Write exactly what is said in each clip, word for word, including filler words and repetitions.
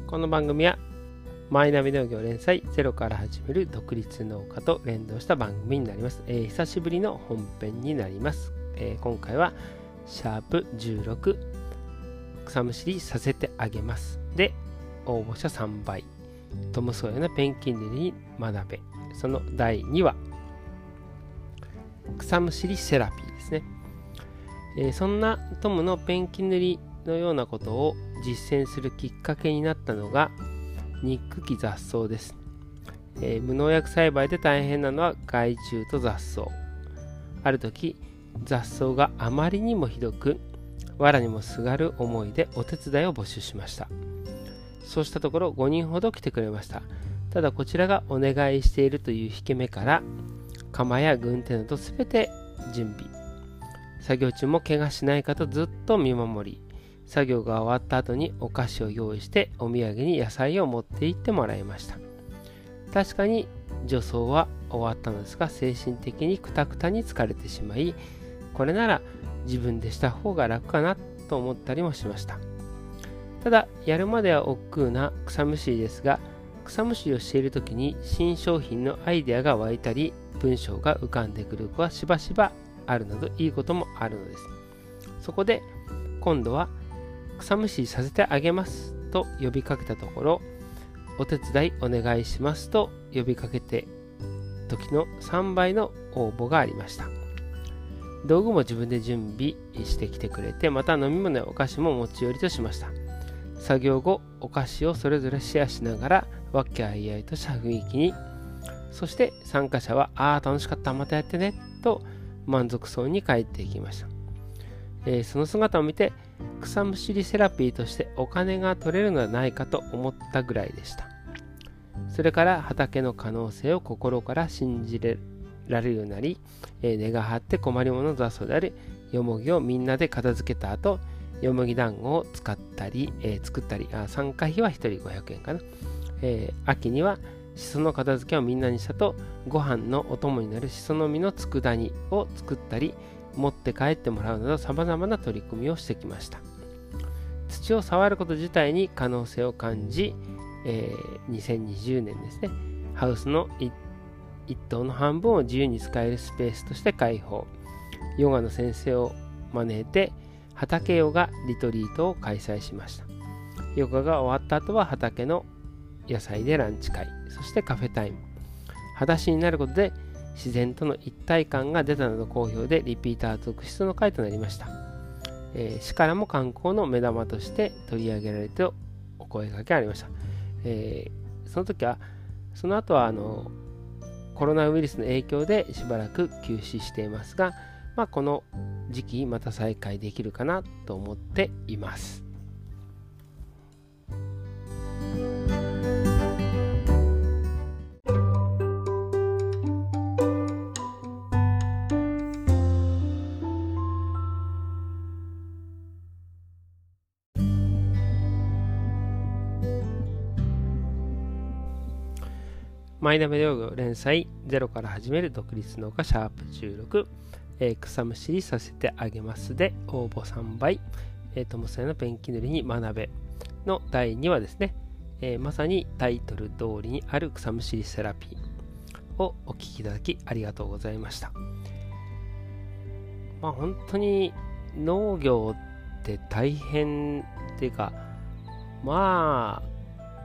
この番組はマイナビ農業連載ゼロから始める独立農家と連動した番組になります。えー、久しぶりの本編になります。えー、今回はシャープじゅうろく草むしりさせてあげますで応募者さんばいトム・ソーヤのペンキ塗りに学べ、そのだいにわ草むしりセラピーですね。えー、そんなトムのペンキ塗りのようなことを実践するきっかけになったのが肉期雑草です。えー、無農薬栽培で大変なのは害虫と雑草。ある時雑草があまりにもひどく藁にもすがる思いでお手伝いを募集しました。そうしたところごにんほど来てくれました。ただこちらがお願いしているという引け目から鎌や軍手などすべて準備、作業中も怪我しないかとずっと見守り、作業が終わった後にお菓子を用意してお土産に野菜を持って行ってもらいました。確かに除草は終わったのですが、精神的にクタクタに疲れてしまい、これなら自分でした方が楽かなと思ったりもしました。ただやるまでは億劫な草むしりですが、草むしりをしている時に新商品のアイデアが湧いたり文章が浮かんでくる子はしばしばあるなどいいこともあるのです。そこで今度は草むしりさせてあげますと呼びかけたところ、お手伝いお願いしますと呼びかけて時のさんばいの応募がありました。道具も自分で準備してきてくれて、また飲み物やお菓子も持ち寄りとしました。作業後お菓子をそれぞれシェアしながら和気あいあいとした雰囲気に、そして参加者はああ楽しかった、またやってねと満足そうに帰っていきました。えー、その姿を見て草むしりセラピーとしてお金が取れるのではないかと思ったぐらいでした。それから畑の可能性を心から信じられるようになり、えー、根が張って困りもの雑草であるよもぎをみんなで片付けた後、よもぎ団子を使ったり、えー、作ったり、あ参加費はひとりごひゃくえんかな、えー、秋にはしその片付けをみんなにしたと、ご飯のお供になるしその実の佃煮を作ったり持って帰ってもらうなど、さまざまな取り組みをしてきました。土を触ること自体に可能性を感じ、えー、にせんにじゅうねんですね、ハウスの一棟の半分を自由に使えるスペースとして開放、ヨガの先生を招いて畑ヨガリトリートを開催しました。ヨガが終わった後は畑の野菜でランチ会、そしてカフェタイム。裸足になることで自然との一体感が出たなど好評でリピーター続出の会となりました。えー、市からも観光の目玉として取り上げられてお声掛けありました。えー、その時はその後はあのコロナウイルスの影響でしばらく休止していますが、まあ、この時期また再開できるかなと思っています。マイナビ農業連載ゼロから始める独立農家シャープじゅうろく、えー、草むしりさせてあげますで応募さんばい、えー、トムソーヤのペンキ塗りに学べのだいにわですね、えー、まさにタイトル通りにある草むしりセラピーをお聞きいただきありがとうございました。まあ本当に農業って大変っていうか、まあ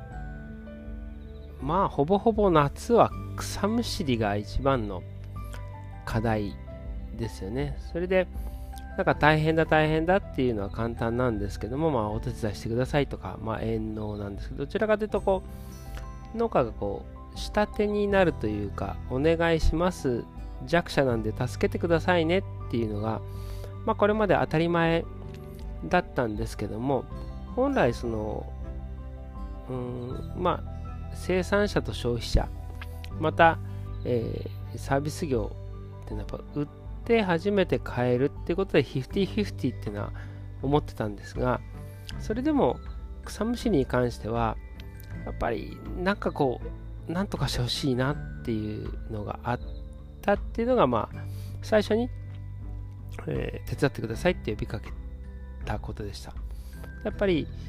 まあほぼほぼ夏は草むしりが一番の課題ですよね。それでなんか大変だ大変だっていうのは簡単なんですけども、まあお手伝いしてくださいとか、まあ遠農なんですけど、どちらかというとこう農家がこう下手になるというか、お願いします弱者なんで助けてくださいねっていうのが、まあこれまで当たり前だったんですけども、本来そのうーんまあ生産者と消費者、また、えー、サービス業っていうのはやっぱ売って初めて買えるっていうことでフィフティーフィフティーっていうのは思ってたんですが、それでも草むしりに関してはやっぱりなんかこうなんとかしてほしいなっていうのがあったっていうのが、まあ最初に、えー、手伝ってくださいって呼びかけたことでした。やっぱり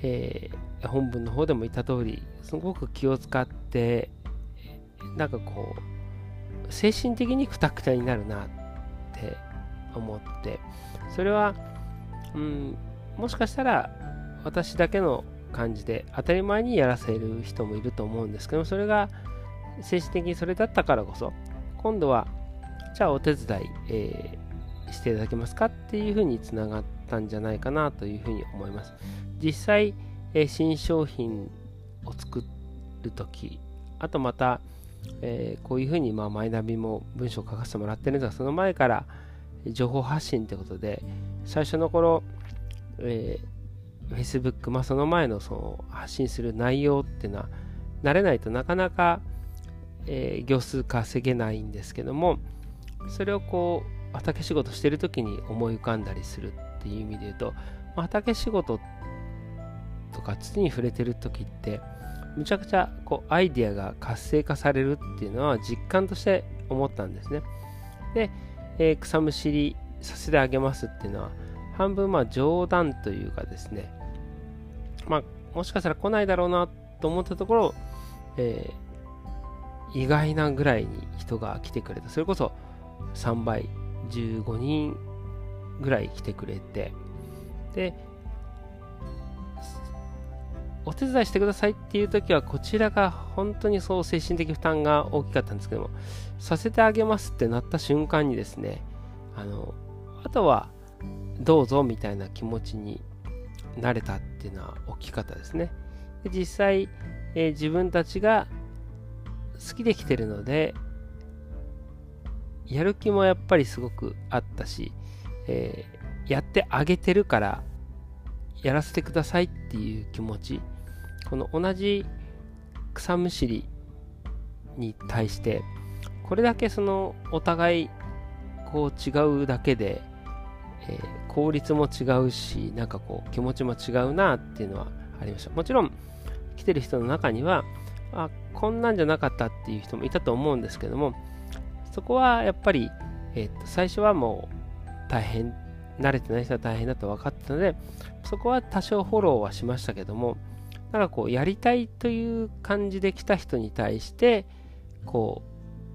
えー、本文の方でも言った通りすごく気を使ってなんかこう精神的にクタクタになるなって思って、それは、うん、もしかしたら私だけの感じで当たり前にやらせる人もいると思うんですけど、それが精神的にそれだったからこそ今度はじゃあお手伝い、えー、していただけますかっていうふうにつながったんじゃないかなというふうに思います。実際、えー、新商品を作るとき、あとまた、えー、こういうふうにまあマイナビも文章を書かせてもらってるんですが、その前から情報発信ということで最初の頃、えー、Facebook、まあ、その前のその発信する内容っていうのは慣れないとなかなか、えー、行数稼げないんですけども、それをこう畑仕事してる時に思い浮かんだりするっていう意味で言うと、まあ、畑仕事とか土に触れてる時ってむちゃくちゃこうアイデアが活性化されるっていうのは実感として思ったんですね。で、えー、草むしりさせてあげますっていうのは半分まあ冗談というかですね、まあもしかしたら来ないだろうなと思ったところ、えー、意外なぐらいに人が来てくれた。それこそさんばいじゅうごにんぐらい来てくれて、でお手伝いしてくださいっていう時はこちらが本当にそう精神的負担が大きかったんですけども、させてあげますってなった瞬間にですね、あのあとはどうぞみたいな気持ちになれたっていうのは大きかったですね。で実際、えー、自分たちが好きで来てるのでやる気もやっぱりすごくあったし、えー、やってあげてるからやらせてくださいっていう気持ち、この同じ草むしりに対してこれだけそのお互いこう違うだけで、えー、効率も違うしなんかこう気持ちも違うなっていうのはありました。もちろん来てる人の中にはあこんなんじゃなかったっていう人もいたと思うんですけども、そこはやっぱり、えー、と最初はもう大変慣れてない人は大変だと分かってたのでそこは多少フォローはしましたけども、なんかこうやりたいという感じで来た人に対してこ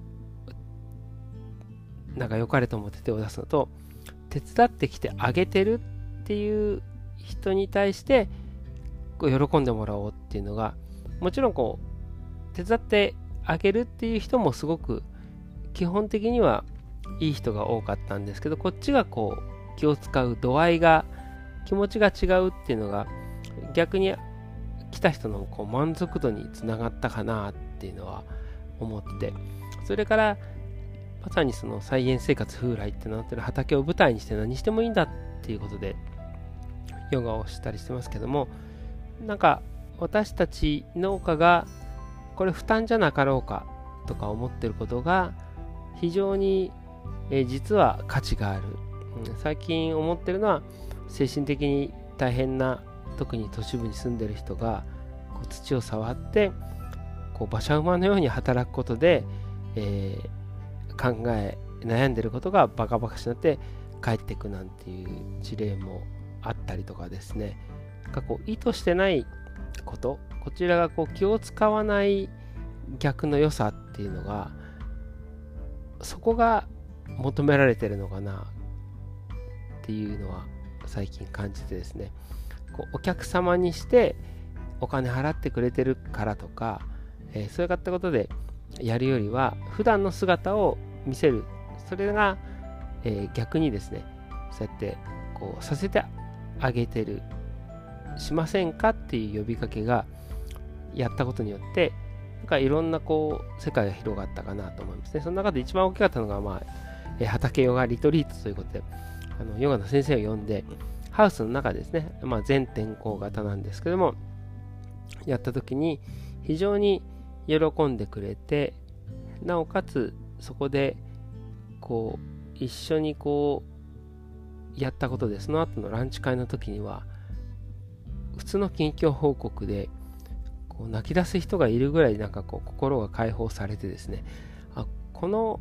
うなんか良かれと思って手を出すのと、手伝ってきてあげてるっていう人に対してこう喜んでもらおうっていうのが、もちろんこう手伝ってあげるっていう人もすごく基本的にはいい人が多かったんですけど、こっちがこう気を使う度合いが気持ちが違うっていうのが逆に来た人のこう満足度につながったかなっていうのは思って、それからまさにその菜園生活風来ってなってる畑を舞台にして何してもいいんだっていうことでヨガをしたりしてますけども、なんか私たち農家がこれ負担じゃなかろうかとか思ってることが非常に、えー、実は価値がある、うん、最近思ってるのは精神的に大変な特に都市部に住んでる人がこう土を触ってこう馬車馬のように働くことで、えー、考え悩んでることがバカバカしくなって帰っていくなんていう事例もあったりとかですね、なんかこう意図してないこと、こちらがこう気を使わない逆の良さっていうのがそこが求められてるのかなっていうのは最近感じてですね、こうお客様にしてお金払ってくれてるからとか、えー、そういったことでやるよりは普段の姿を見せる、それが、えー、逆にですねそうやってこうさせてあげてるしませんかっていう呼びかけがやったことによってなんかいろんなこう世界が広がったかなと思いますね。その中で一番大きかったのが、まあえー、畑ヨガリトリートということであのヨガの先生を呼んでハウスの中ですね、まあ、全天候型なんですけどもやった時に非常に喜んでくれて、なおかつそこでこう一緒にこうやったことでその後のランチ会の時には普通の近況報告でこう泣き出す人がいるぐらいなんかこう心が解放されてですね、あこの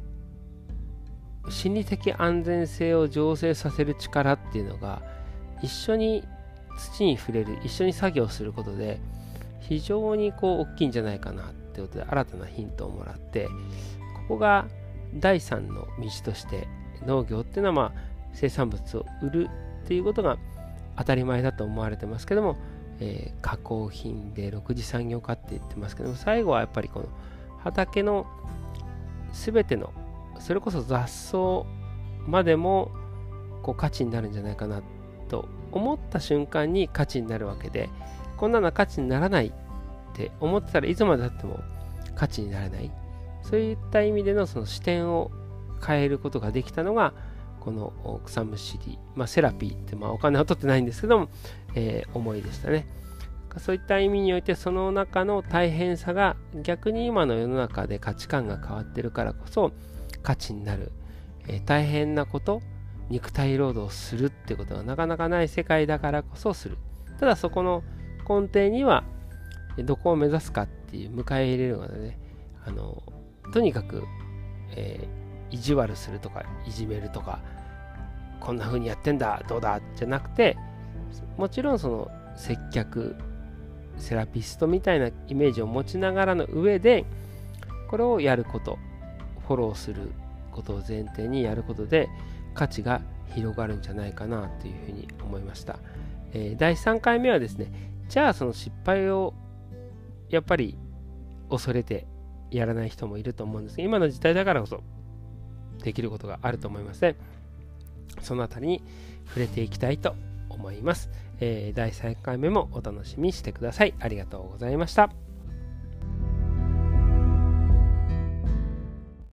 心理的安全性を醸成させる力っていうのが一緒に土に触れる、一緒に作業することで非常にこう大きいんじゃないかなってことで新たなヒントをもらって、ここがだいさんの道として農業っていうのは、まあ生産物を売るっていうことが当たり前だと思われてますけども、えー、加工品でろく次産業化って言ってますけども、最後はやっぱりこの畑の全てのそれこそ雑草までもこう価値になるんじゃないかなと思った瞬間に価値になるわけで、こんなの価値にならないって思ってたらいつまでたっても価値にならない、そういった意味でのその視点を変えることができたのがこの草むしり、まあ、セラピーってまあお金を取ってないんですけども、えー、思いでしたね。そういった意味においてその中の大変さが逆に今の世の中で価値観が変わってるからこそ価値になる、えー、大変なこと、肉体労働をするってことがなかなかない世界だからこそする。ただそこの根底にはどこを目指すかっていう迎え入れるのでね、あのとにかく、えー、意地悪するとかいじめるとかこんな風にやってんだどうだじゃなくて、もちろんその接客セラピストみたいなイメージを持ちながらの上でこれをやること、フォローすることを前提にやることで価値が広がるんじゃないかなというふうに思いました。えー、だいさんかいめはですね、じゃあその失敗をやっぱり恐れてやらない人もいると思うんですが、今の時代だからこそできることがあると思いますね。そのあたりに触れていきたいと思います。えー、だいさんかいめもお楽しみにしてください。ありがとうございました。